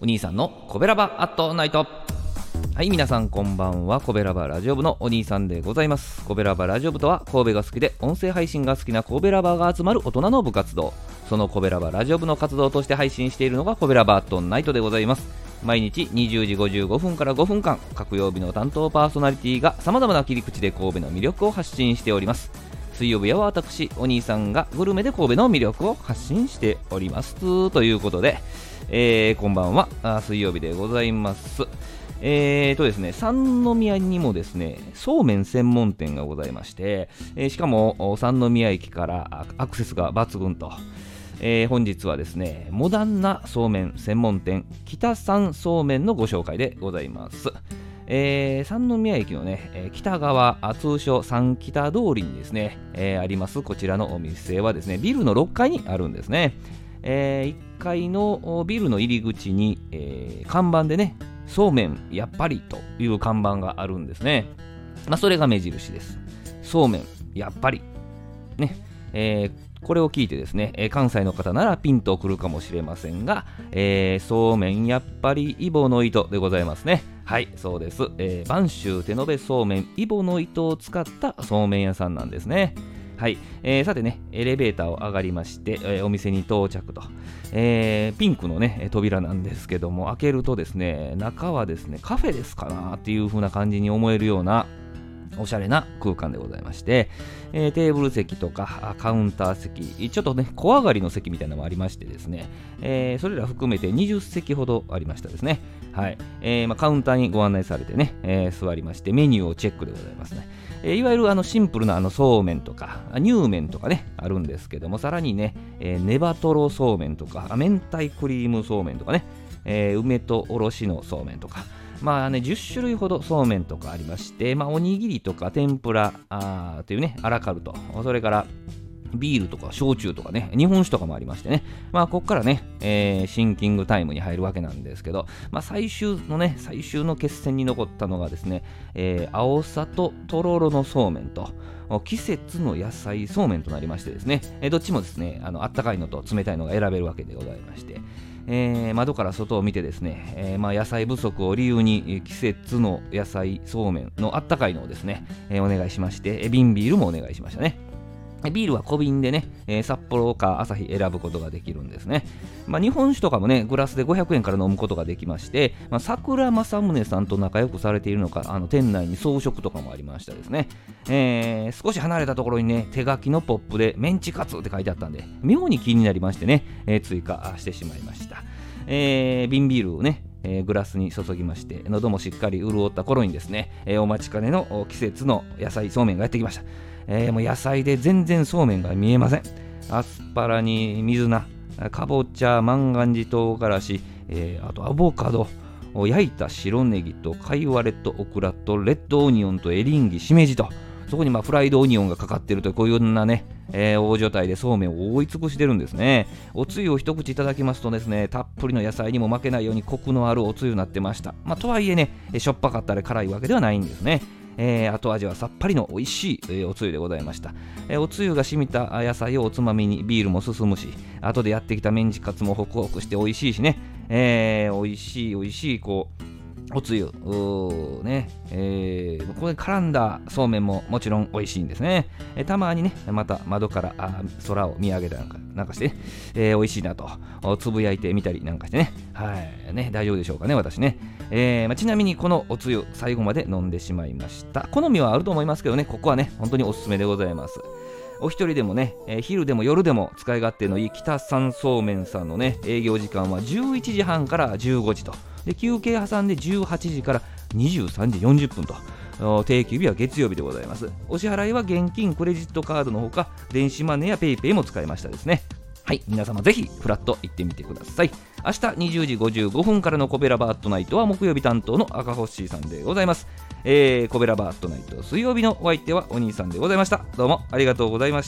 お兄さんのコベラバアットナイト。はい、皆さんこんばんは。コベラバラジオ部のお兄さんでございます。コベラバラジオ部とは、神戸が好きで音声配信が好きなコベラバが集まる大人の部活動。そのコベラバラジオ部の活動として配信しているのがコベラバアットナイトでございます。毎日20時55分から5分間、各曜日の担当パーソナリティが様々な切り口で神戸の魅力を発信しております。水曜日は私お兄さんがグルメで神戸の魅力を発信しておりますということで、こんばんは。水曜日でございます。ですね、三宮にもですね、そうめん専門店がございまして、しかも三宮駅からアクセスが抜群と、本日はですね、モダンなそうめん専門店北三そうめんのご紹介でございます。三宮駅のね、北側、通称三北通りにですね、ありますこちらのお店はですね、ビルの6階にあるんですね。1階のビルの入り口に、看板でね、そうめんやっぱりという看板があるんですね。それが目印です。そうめんやっぱりね、これを聞いてですね、関西の方ならピンとくるかもしれませんが、そうめんやっぱりイボの糸でございますね。はい、そうです。播州手延べそうめんイボの糸を使ったそうめん屋さんなんですね。はい、さてね、エレベーターを上がりまして、お店に到着と、ピンクのね扉なんですけども、開けるとですね、中はですねカフェですかなっていう風な感じに思えるようなおしゃれな空間でございまして、テーブル席とかカウンター席、ちょっとね小上がりの席みたいなのもありましてですね、それら含めて20席ほどありましたですね。はい、カウンターにご案内されてね、座りましてメニューをチェックでございますね。いわゆるシンプルなそうめんとか乳麺とかねあるんですけども、さらにね、ネバトロそうめんとか明太クリームそうめんとかね、梅とおろしのそうめんとか、10種類ほどそうめんとかありまして、おにぎりとか天ぷらというね、アラカルト、それからビールとか焼酎とかね、日本酒とかもありましてね、ここからね、シンキングタイムに入るわけなんですけど、最終の決戦に残ったのがですね、青さととろろのそうめんと季節の野菜そうめんとなりましてですね、どっちもですね、あったかいのと冷たいのが選べるわけでございまして、窓から外を見てですね、野菜不足を理由に季節の野菜そうめんのあったかいのをですね、お願いしまして、瓶ビールもお願いしましたね。ビールは小瓶でね、札幌かアサヒ選ぶことができるんですね。日本酒とかもね、グラスで500円から飲むことができまして、桜正宗さんと仲良くされているのか、店内に装飾とかもありましたですね。少し離れたところにね、手書きのポップでメンチカツって書いてあったんで、妙に気になりましてね、追加してしまいました。瓶ビールをね、グラスに注ぎまして、喉もしっかり潤った頃にですね、お待ちかねの季節の野菜そうめんがやってきました。もう野菜で全然そうめんが見えません。アスパラに水菜、かぼちゃ、万願寺唐辛子、あとアボカド、焼いた白ネギとカイワレとオクラとレッドオニオンとエリンギ、しめじと、そこにフライドオニオンがかかっているという、こういうようなね、大所帯でそうめんを覆い尽くしてるんですね。おつゆを一口いただきますとですね、たっぷりの野菜にも負けないようにコクのあるおつゆになってました。とはいえね、しょっぱかったり辛いわけではないんですね。後味はさっぱりの美味しい、おつゆでございました。おつゆが染みた野菜をおつまみにビールも進むし、後でやってきたメンチカツもホクホクして美味しいしね、美味しいこうおつゆね、これ絡んだそうめんももちろん美味しいんですね。たまにね、また窓から空を見上げたなんかして、美味しいなとつぶやいてみたりなんかしてね、はいね、大丈夫でしょうかね、私ね。ちなみにこのおつゆ最後まで飲んでしまいました。好みはあると思いますけどね、ここはね本当におすすめでございます。お一人でもね、昼でも夜でも使い勝手のいい北三そうめんさんのね、営業時間は11時半から15時と、で休憩挟んで18時から23時40分と、定休日は月曜日でございます。お支払いは現金クレジットカードのほか電子マネーやペイペイも使えましたですね。はい、皆様ぜひフラッと行ってみてください。明日20時55分からのコベラバーットナイトは木曜日担当の赤星さんでございます。コベラバーットナイト水曜日のお相手はお兄さんでございました。どうもありがとうございました。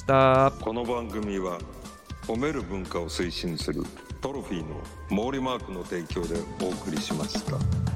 この番組は褒める文化を推進するトロフィーの毛利マークの提供でお送りしました。